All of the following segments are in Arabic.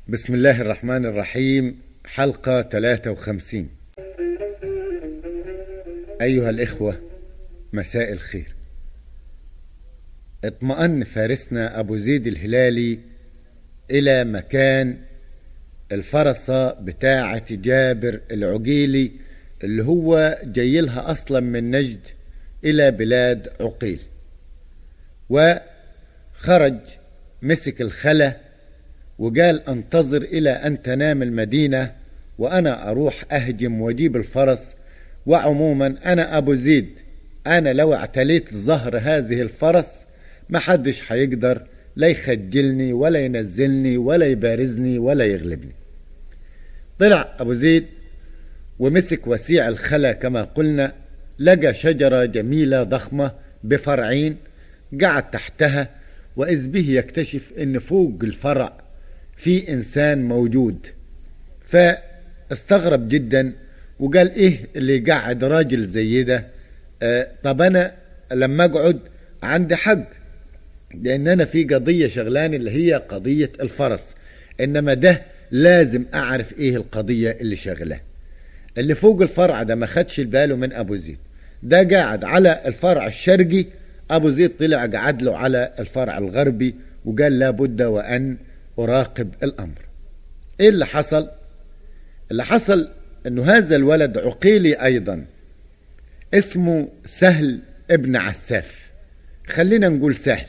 بسم الله الرحمن الرحيم. حلقة 53. أيها الإخوة، مساء الخير. اطمأن فارسنا أبو زيد الهلالي إلى مكان الفرصة بتاعة جابر العقيلي اللي هو جايلها أصلا من نجد إلى بلاد عقيل، وخرج مسك الخلا وقال انتظر إلى أن تنام المدينة وأنا أروح أهجم وأجيب الفرس. وعموما أنا أبو زيد، أنا لو اعتليت ظهر هذه الفرس ما حدش هيقدر لا يخجلني ولا ينزلني ولا يبارزني ولا يغلبني. طلع أبو زيد ومسك وسيع الخلا كما قلنا، لقى شجرة جميلة ضخمة بفرعين، قعد تحتها وإذ به يكتشف إن فوق الفرع في إنسان موجود، فاستغرب جدا وقال إيه اللي قاعد راجل زي ده؟ طب أنا لما أقعد عندي حق، لأن أنا في قضية شغلاني اللي هي قضية الفرس، إنما ده لازم أعرف إيه القضية اللي شغله. اللي فوق الفرع ده ما خدش باله من أبو زيد، ده قاعد على الفرع الشرقي، أبو زيد طلع قعد له على الفرع الغربي وقال لابد وأن أراقب الأمر. إيه اللي حصل؟ اللي حصل إنه هذا الولد عقيلي أيضا، اسمه سهل ابن عساف، خلينا نقول سهل.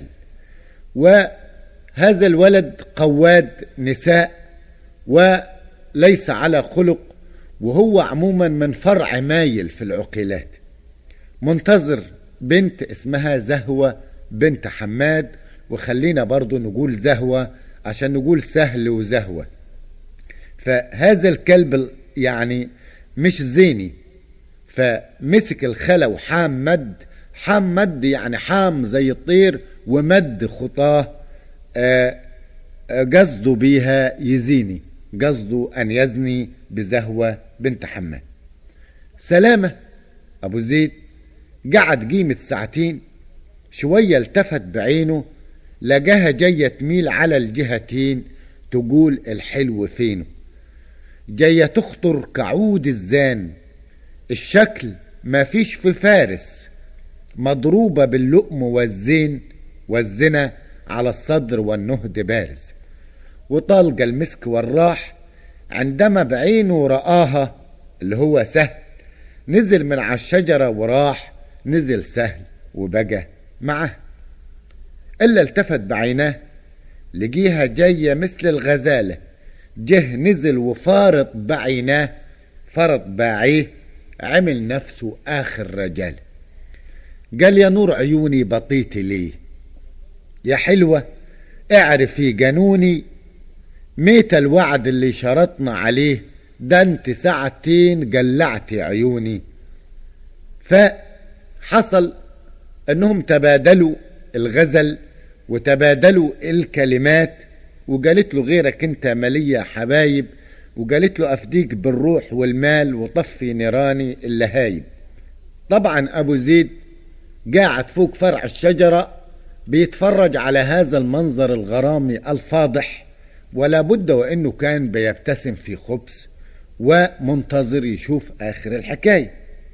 وهذا الولد قواد نساء وليس على خلق، وهو عموما من فرع مايل في العقيلات، منتظر بنت اسمها زهوة بنت حماد، وخلينا برضو نقول زهوة عشان نقول سهل وزهوة. فهذا الكلب يعني مش زيني، فمسك الخلا وحام مد، حام مد يعني حام زي الطير ومد خطاه، قصده بيها يزيني، قصده أن يزني بزهوة بنت حماد. سلامة أبو زيد قعد قيمة ساعتين، شوية التفت بعينه لقاها جاية تميل على الجهتين تقول الحلو فينه، جاية تخطر كعود الزان، الشكل ما فيش في فارس، مضروبة باللؤم والزين والزنا على الصدر والنهد بارز، وطالق المسك والراح. عندما بعينه رآها اللي هو سهل، نزل من على الشجرة وراح، نزل سهل وبقى معه. إلا التفت بعيناه لقيها جاية مثل الغزالة، جه نزل وفارط بعيناه، فرط باعيه، عمل نفسه آخر رجال. قال يا نور عيوني بطيتي ليه يا حلوة، اعرفي جنوني، ميت الوعد اللي شرطنا عليه، ده انت ساعتين قلعتي عيوني. فحصل انهم تبادلوا الغزل وتبادلوا الكلمات، وقالت له غيرك انت مالية حبايب، وقالت له افديك بالروح والمال وطفي نيراني اللهايب. طبعا ابو زيد قاعد فوق فرع الشجرة بيتفرج على هذا المنظر الغرامي الفاضح، ولا بد وانه كان بيبتسم في خبث ومنتظر يشوف اخر الحكاية.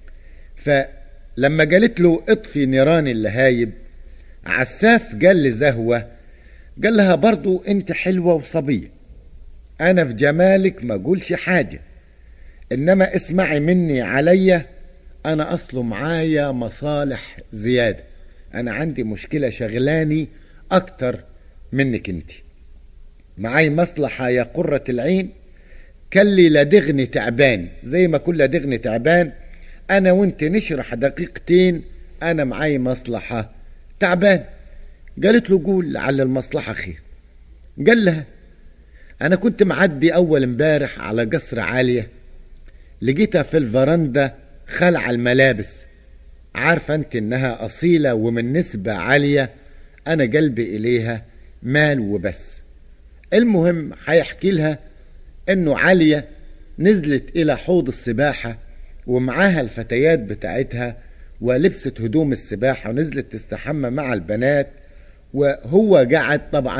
فلما قالت له اطفي نيران اللهايب، عساف قال لزهوة، قال لها برضو انت حلوة وصبية، انا في جمالك ما اقولش حاجة، انما اسمعي مني عليا، انا اصله معايا مصالح زيادة، انا عندي مشكلة شغلاني اكتر منك انت، معاي مصلحة يا قرة العين، كلي لدغني تعباني زي ما كل لدغني تعبان، انا وانت نشرح دقيقتين، انا معاي مصلحة تعبان. قالت له قول لعل المصلحة خير. قال لها انا كنت معدي اول امبارح على قصر عالية، لقيتها في الفرندا خلع الملابس، عارفة انت انها اصيلة ومن نسبة عالية، انا قلبي اليها مال وبس. المهم هيحكي لها انه عالية نزلت الى حوض السباحة ومعاها الفتيات بتاعتها، ولبست هدوم السباحة ونزلت تستحمى مع البنات، وهو قعد طبعا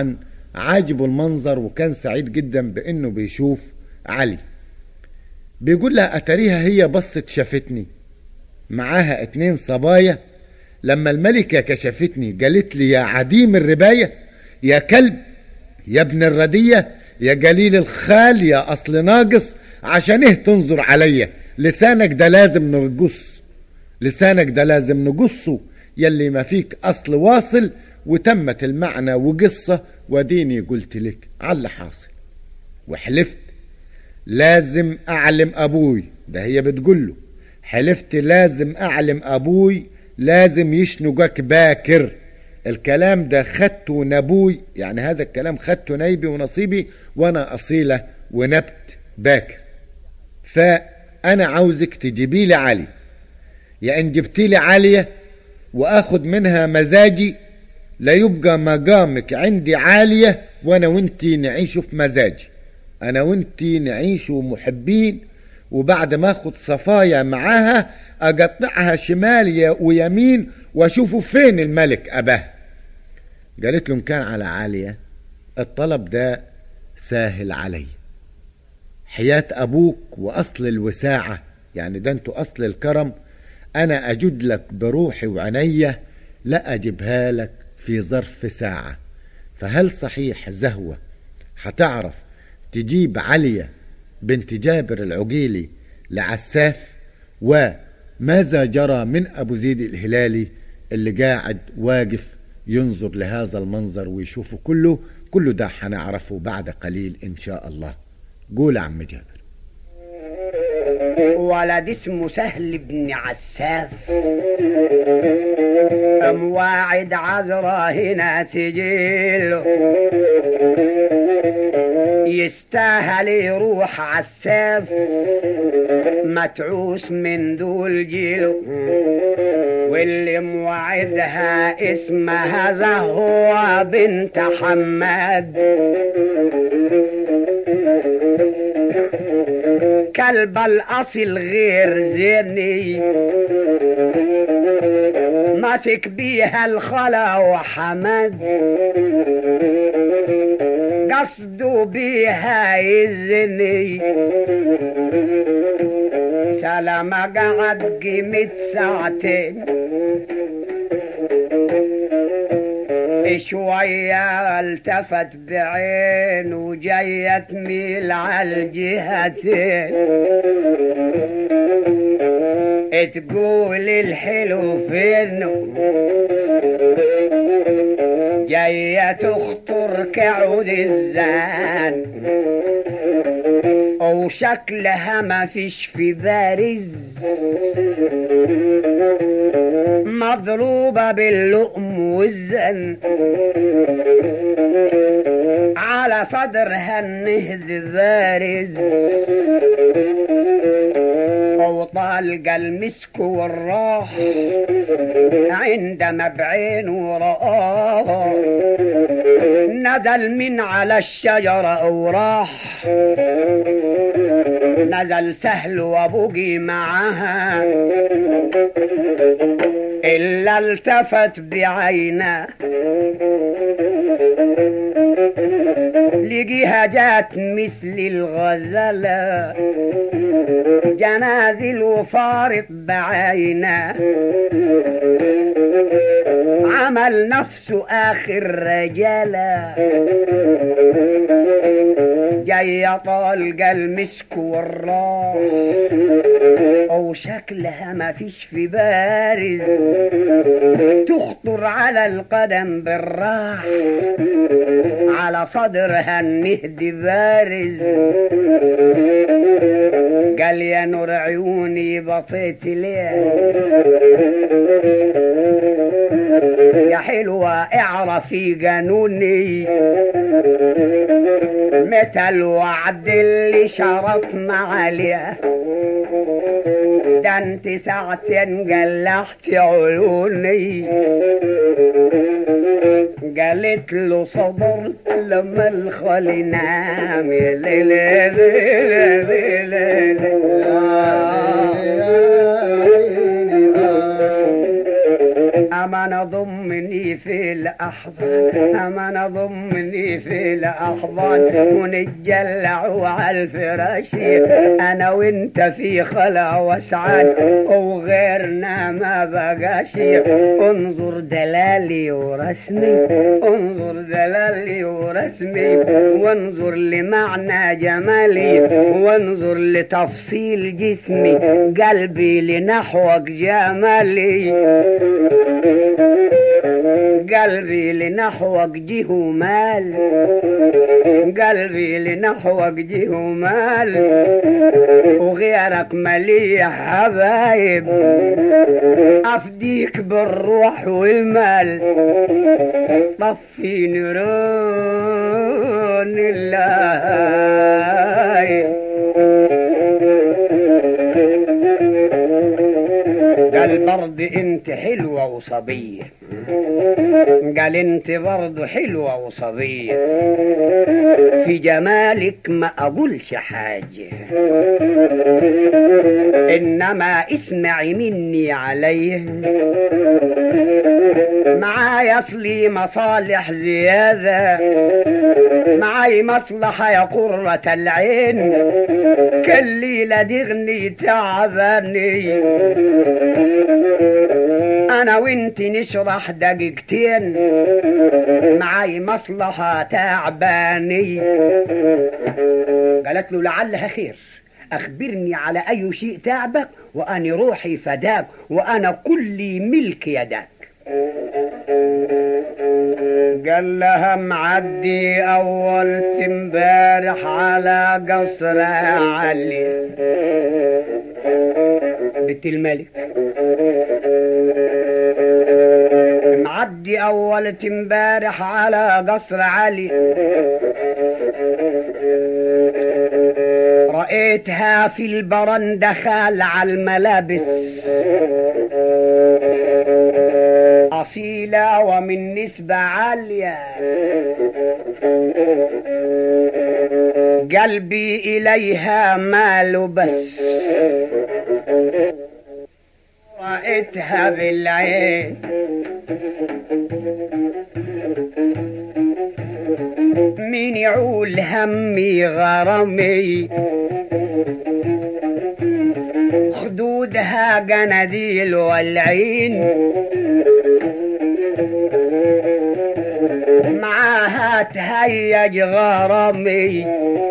عاجبه المنظر وكان سعيد جدا بانه بيشوف علي. بيقول لها اتريها هي بصت شافتني معاها 2 صبايا. لما الملكة كشفتني قالت لي يا عديم الرباية، يا كلب، يا ابن الردية، يا قليل الخال، يا اصل ناقص، عشان ايه تنظر عليا؟ لسانك ده لازم نرقص، لسانك ده لازم نقصه، يلي ما فيك اصل واصل. وتمت المعنى وقصة، وديني قلت لك على اللي حاصل. وحلفت لازم اعلم ابوي، ده هي بتقوله، حلفت لازم اعلم ابوي، لازم يشنقك باكر. الكلام ده خدته نبوي، يعني هذا الكلام خدته نيبي ونصيبي، وانا اصيلة ونبت باكر. فانا عاوزك تجيبي لي علي، يا ان جبتي لي عالية واخد منها مزاجي، لا يبقى مقامك عندي عالية وانا وانتي نعيشوا في مزاجي، انا وانتي نعيشوا محبين، وبعد ما اخد صفايا معاها اقطعها شمال ويمين واشوفوا فين الملك اباه. قالت له ان كان على عالية الطلب ده ساهل علي، حياة ابوك واصل الوساعة، يعني ده انتوا اصل الكرم، انا اجد لك بروحي وعنية، لا اجيبها لك في ظرف ساعة. فهل صحيح زهوة هتعرف تجيب علية بنت جابر العقيلي لعساف؟ وماذا جرى من ابو زيد الهلالي اللي قاعد واقف ينظر لهذا المنظر ويشوفه؟ كله ده هنعرفه بعد قليل ان شاء الله. قول يا عم جابر. ولد اسمه سهل بن عساف، مواعد عذرا هنا تجيله، يستاهل يروح عساف متعوس من دول جيله، واللي موعدها اسمها زهوة بنت حماد، كلب الأصل غير زيني، ماسك بيها الخلا وحمد، قصده بيها يزني، سلامة قعد قيمة ساعتين، شوية التفت بعين وجاية تميل على الجهتين، تقول الحلو فينه، جاية تخطر كعود الزان، وشكلها ما فيش في بارز، مضروبة باللؤم والزن، على صدرها النهد بارز، وطالقة المسك والراح، عندما بعينه رآه نزل من على الشجرة وراح، نزل سهل وبقي معها، إلا التفت بعينه لقيها جات مثل الغزلة، جنازل وفارط بعينه، عمل نفسه آخر رجالة، جاية طالقة المسك والراح، وشكلها ما فيش في بارز، تخطر على القدم بالراح، على صدرها النهد بارز، قال يا نور عيوني بطيت ليه، يا حلوة اعرفي قانوني، متى الوعد اللي شرطنا عليه، ده انت ساعتين قلعت عيوني، قالت له صبرت لما الخلي نام، أمانة ضمني في الأحضان، أمانة ضمني في الأحضان، ونتجلع على الفراش أنا وانت في خلا وسعاد، وغيرنا ما بقاش. انظر دلالي ورسمي، انظر دلالي ورسمي، وانظر لمعنى جمالي، وانظر لتفصيل جسمي، قلبي لنحوك جمالي، قلبي لنحوك جه مال، قلبي لنحوك جه مال، وغيرك مليح حبايب، أفديك بالروح والمال، طفي نيران الله. قال برضه انت حلوة وصبية، قال انت برضه حلوة وصبية، في جمالك ما اقولش حاجة، انما اسمعي مني عليه، معايا اصلي مصالح زيادة، معاي مصلحة يا قرة العين، كل ليلة دغني تعباني، انا وانت نشرح دقيقتين، معاي مصلحة تعباني. قالت له لعلها خير، اخبرني على اي شيء تعبك، وانا روحي فداك، وانا كلي ملك يدك. قال لها معدي اول امبارح على قصر علي بنت الملك، معدي اول امبارح على قصر علي، رأيتها في البرندة خال على الملابس، أصيلة ومن نسبة عالية، قلبي إليها مال بس، رأيتها بالعين مين يعول همي غرامي، خدودها قناديل والعين، معاها تهيج غرامي،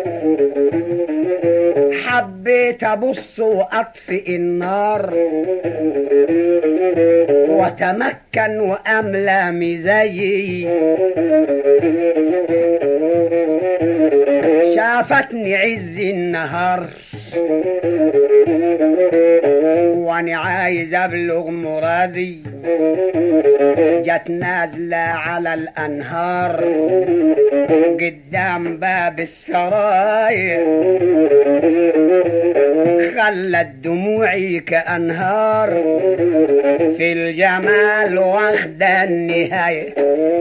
حبيت ابص واطفئ النار، وتمكن واملى مزاجي، شافتني عز النهار، وانا عايز ابلغ مرادي، جت نازلة على الانهار قدام باب السراير، خلت دموعي كأنهار، في الجمال واخدة النهاية،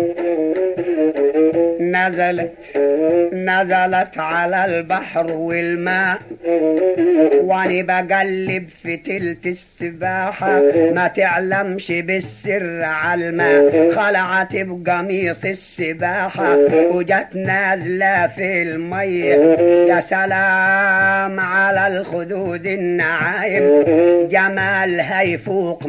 نزلت على البحر والماء، واني بقلب في تلت السباحة، ما تعلمش بالسر على الماء، خلعت بقميص السباحة وجت نازلة في المية، يا سلام على الخدود النعايم، جمالها يفوق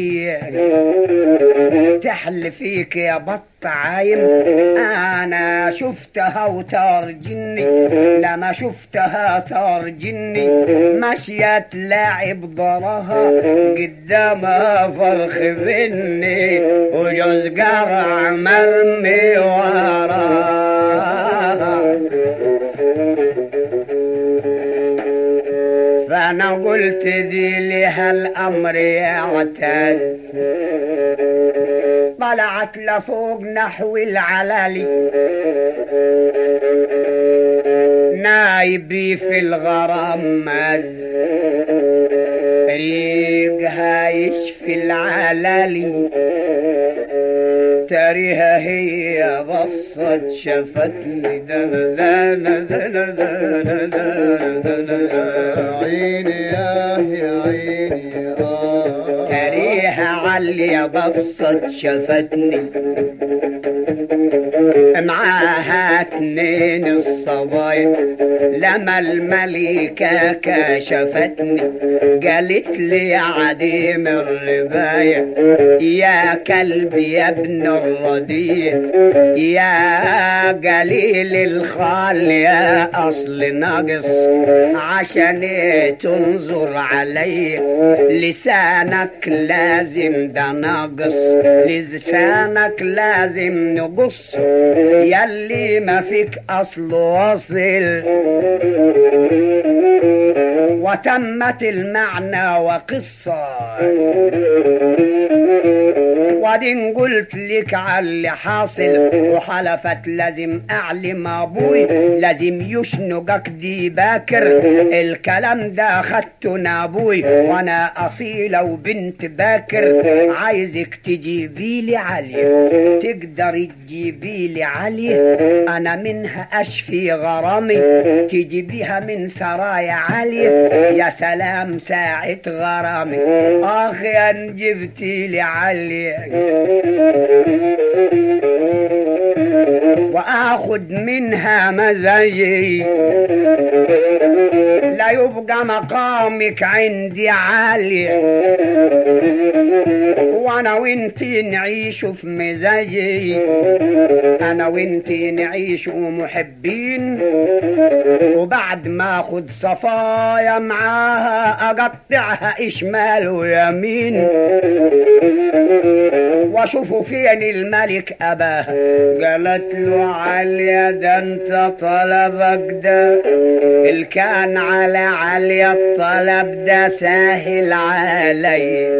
100، تحل فيك يا بط عايم، انا شفتها وترجني، لما شفتها ترجني، مشيت لاعب ضرها قدامها فرخ بني، وجوز قرع مرمي وراها. فانا قلت دي لها الامر يعتز، طلعت لفوق نحو العلالي، نايبي في الغرام مز، ريقها يشفي العلالي، تريها هي بص بصت شفتني عيني يا عيني تريها عليا بصت شفتني معاها 2 الصبايا لما الملكة كشفتني قالت لي عديم الرباية يا كلبي يا ابن الرديء يا قليل الخال يا أصل ناقص عشان تنظر علي لسانك لازم ده ناقص لسانك لازم نقص يلي ما فيك أصل واصل وتمت المعنى وقصة وبعدين قلت لك على اللي حاصل وحلفت لازم اعلم ابوي لازم يشنقك دي باكر الكلام ده خدته نابوي وانا اصيله وبنت باكر عايزك تجيبي لي علي تقدر تجيبي لي علي انا منها اشفي غرامي تجيبيها من سرايا علي يا سلام ساعة غرامي اخ يا جبتي لي علي واخد منها مزاجي لا يبقى مقامك عندي عالي وانا وانتي نعيش في مزاجي انا وانتي نعيش محبين وبعد ما اخد صفايا معاها اقطعها اشمال ويمين واشوفوا فين الملك اباها قالت له عليا ده انت طلبك ده الكان على عليا الطلب ده ساهل علي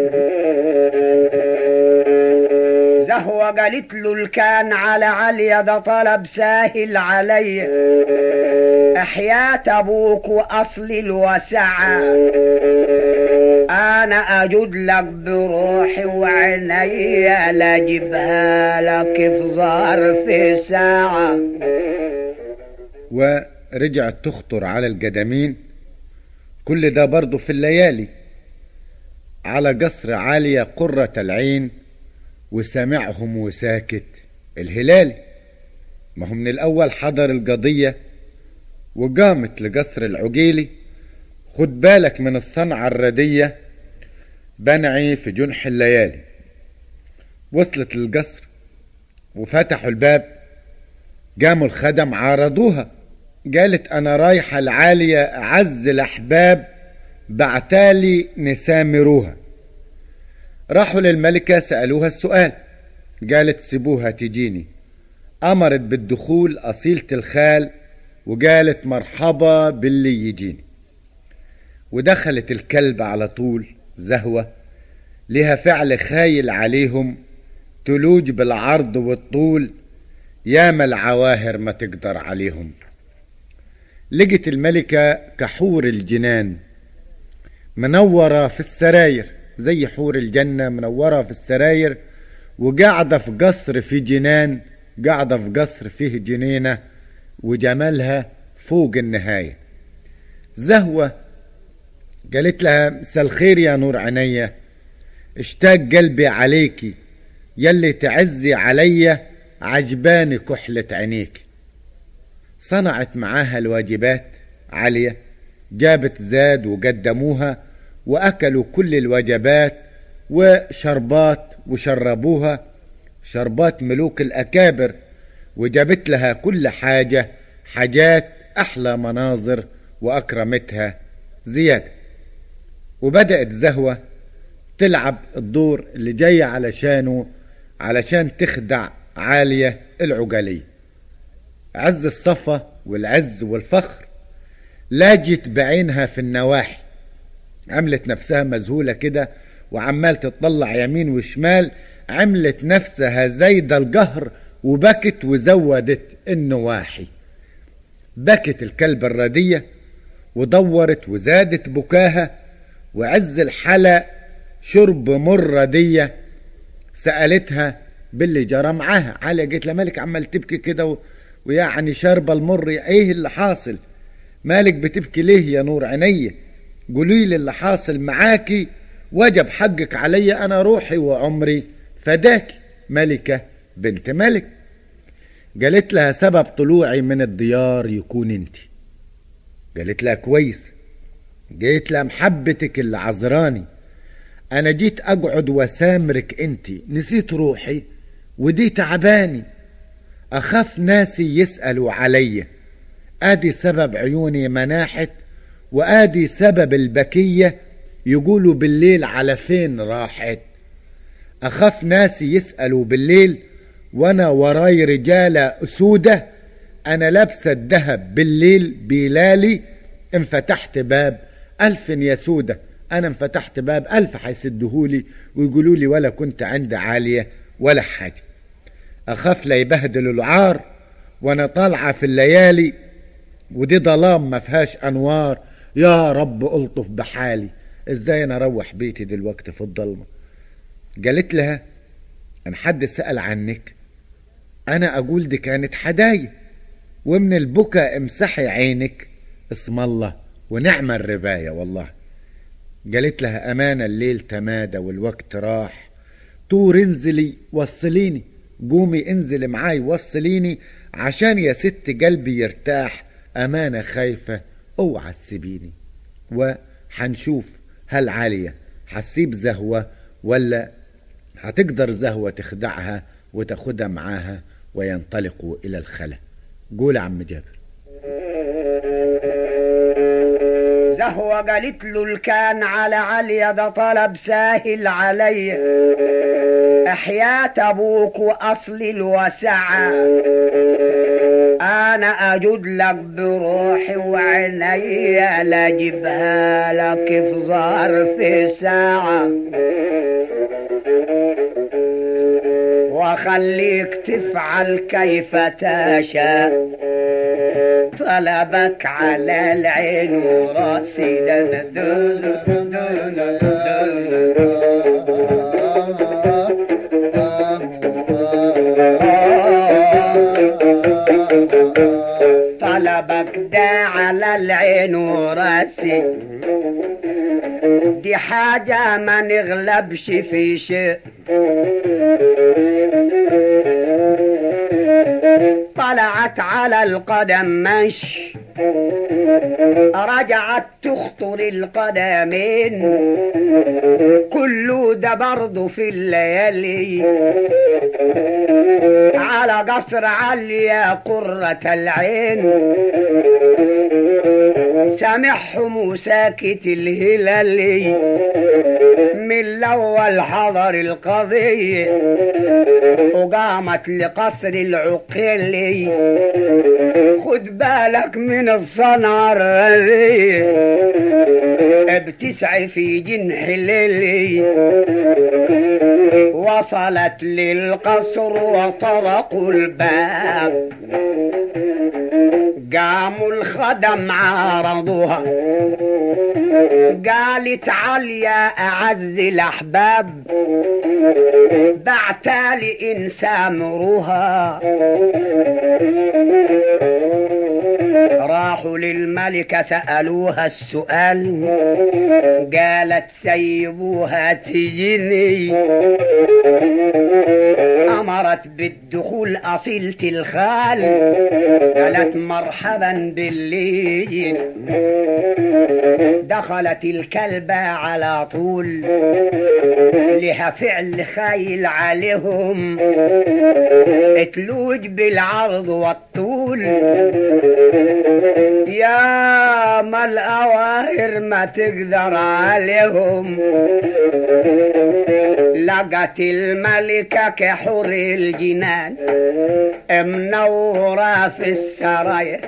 زهوة قالت له الكان على عليا ده طلب ساهل علي احيات ابوك واصل الوسعة انا اجد لك بروحي وعيني لاجيبها لك في ظرف ساعة. ورجعت تخطر على القدمين كل ده برضو في الليالي على قصر عالية قرة العين وسامعهم وساكت الهلال ما هو من الاول حضر القضية وقامت لقصر العقيلي خد بالك من الصنعة الردية بنعي في جنح الليالي. وصلت للقصر وفتحوا الباب قاموا الخدم عارضوها قالت انا رايحة العالية اعز الاحباب بعتالي نسامروها. راحوا للملكة سألوها السؤال قالت سيبوها تجيني. امرت بالدخول اصيلة الخال وقالت مرحبا باللي يجيني. ودخلت الكلب على طول زهوة لها فعل خايل عليهم تلوج بالعرض والطول ياما العواهر ما تقدر عليهم. لقت الملكة كحور الجنان منورة في السراير زي حور الجنة منورة في السراير وقاعدة في قصر في جنان قاعدة في قصر فيه جنينة وجمالها فوق النهاية. زهوة قالت لها مساء الخير يا نور عينيا اشتاق قلبي عليكي يلي تعزي عليا عجباني كحلة عينيك. صنعت معاها الواجبات عالية جابت زاد وقدموها واكلوا كل الوجبات وشربات وشربوها شربات ملوك الاكابر وجابت لها كل حاجات احلى مناظر واكرمتها زيادة. وبدأت زهوة تلعب الدور اللي جاي علشان تخدع عالية العقالية. عز الصفا والعز والفخر لاجت بعينها في النواحي عملت نفسها مذهولة كده وعمال تطلع يمين وشمال عملت نفسها زيد القهر وبكت وزودت النواحي. بكت الكلب الردية ودورت وزادت بكاها وعز الحلا شرب مر ردية سألتها باللي جرى معاها. عليا قالت لها مالك عمال تبكي كده ويعني شاربة المر، ايه اللي حاصل؟ مالك بتبكي ليه يا نور عينيا؟ قولي لي اللي حاصل معاكي، وجب حقك عليا، انا روحي وعمري فداكي. ملكة بنت ملك قالت لها سبب طلوعي من الديار يكون انت. قالت لها كويس. قالت لها محبتك اللي عذراني، انا جيت اقعد وسامرك انت، نسيت روحي ودي تعباني، اخاف ناسي يسألوا عليا، ادي سبب عيوني مناحت، وادي سبب البكية يقولوا بالليل على فين راحت. اخاف ناسي يسألوا بالليل وانا وراي رجالة اسودة، انا لابسة الذهب بالليل بلالي، ان فتحت باب الف يا سودة، انا ان فتحت باب الف حيسدهولي ويقولوا لي ولا كنت عند عالية ولا حاجة. اخاف لا يبهدلوا العار وانا طالعة في الليالي، ودي ظلام ما فيهاش انوار، يا رب الطف بحالي، ازاي انا اروح بيتي دلوقتي في الضلمة؟ قالت لها ان حد سأل عنك انا اقول دي كانت حدايا، ومن البكا امسحي عينك، اسم الله ونعم الرباية والله. قالت لها امانة الليل تمادى والوقت راح، طور انزلي وصليني، قومي انزلي معاي وصليني عشان يا ست قلبي يرتاح، امانة خايفة اوعى تسيبيني. وحنشوف هل عالية حسيب زهوة ولا هتقدر زهوة تخدعها وتاخدها معاها وينطلقوا الى الخلا. قول يا عم جابر. زهوة قالت له الكان على عليا ده طلب ساهل علي، احياة ابوك واصل الوسعة، انا اجد لك بروحي وعيني لاجيبها لك في ظرف ساعة، وخليك تفعل كيف تشاء، طلبك على العين وراسي طلبك ده على العين وراسي، دي حاجة ما نغلبش في شيء، طلعت على القدم مشي، رجعت تخطر القدمين، كله ده برضه في الليالي، على قصر عليا قرة العين، سامحهم وساكت الهلالي، من الاول حضر القضية وقامت لقصر العقيلي، خد بالك من الصنعة الرذية، بتسعي في جنح الليلي، وصلت للقصر وطرقوا الباب، قاموا الخدم عارضوها، قالت عليا اعز الاحباب، بعتالي ان سامروها، راحوا للملكة سألوها السؤال، قالت سيبوها تجيني، امرت بالدخول اصيلة الخال، قالت مرحبا بالليل، دخلت الكلبة على طول، لها فعل خايل عليهم، اتلوج بالعرض والطول، يا ما الأواهر ما تقدر عليهم، لقت الملكة كحور الجنان منورة في السرايا،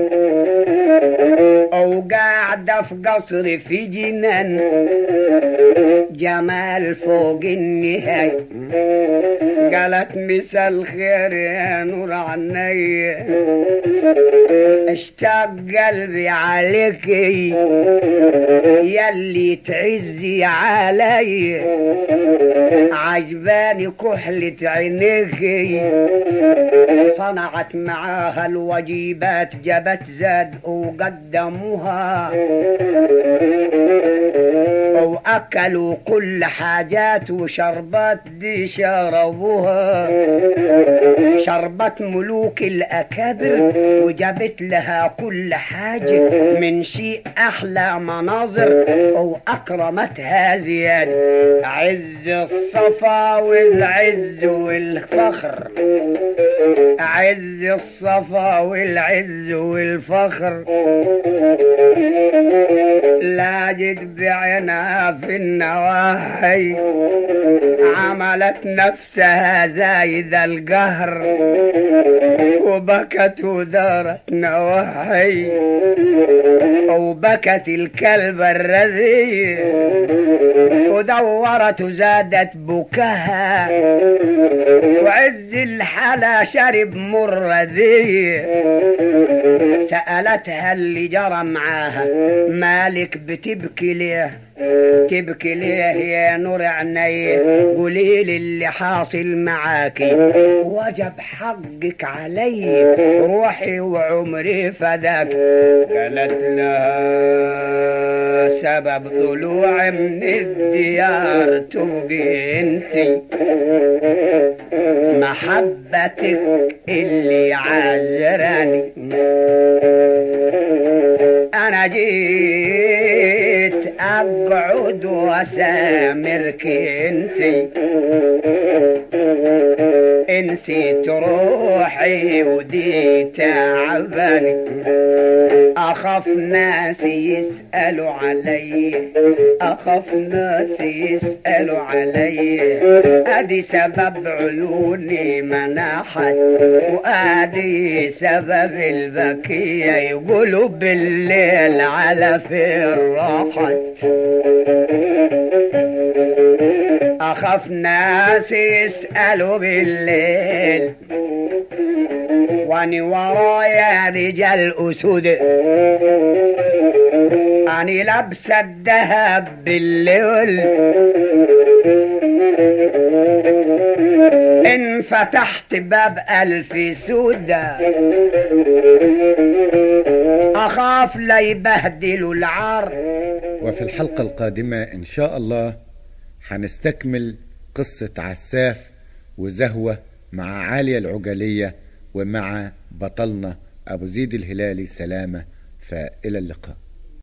أو قاعدة في قصر في جنان، جمال فوق النهاية، قالت مساء الخير يا نور عيني، اشتاق قلبي عليكي يلي تعزي علي، عجباني كحلة عينيكي صنعت معاها الوجيبات، جابت زاد وقدموها واكلوا كل حاجات وشربات دي شربوها، شربت ملوك الاكابر وجابت لها كل حاجة من شيء احلى مناظر واكرمتها زيادة. عز الصفا والعز والفخر، عز الصفا والعز والفخر، لاجد بعينها في النواحي عملت نفسها زايد القهر وبكت ودارت نواحي وبكت الكلب الرذي ودورت وزادت بكاها، وعز الحلا شرب مر ذي. سألتها اللي جرى معاها مالك بتبكي ليه؟ تبكي ليه يا نور عيني؟ قوليلي اللي حاصل معاكي وجب حقك علي، روحي وعمري فداك. قالت لها سبب طلوع من الديار تبقي انتي، محبتك اللي عذراني. انا جيت اقعد واسامرك انتي، نسيت روحي ودي تعباني، اخاف ناس يسألوا علي، اخاف ناس يسألوا علي، ادي سبب عيوني مناحت وادي سبب البكية، يقولوا بالليل على فين راحت. اخاف ناس يسألوا بالليل واني ورايا رجال اسود، اني لابسه الذهب بالليل، ان فتحت باب الف سودة اخاف لا يبهدلوا العار. وفي الحلقة القادمة إن شاء الله هنستكمل قصة عساف وزهوة مع عالية العجلية ومع بطلنا أبو زيد الهلالي سلامة، فإلى اللقاء.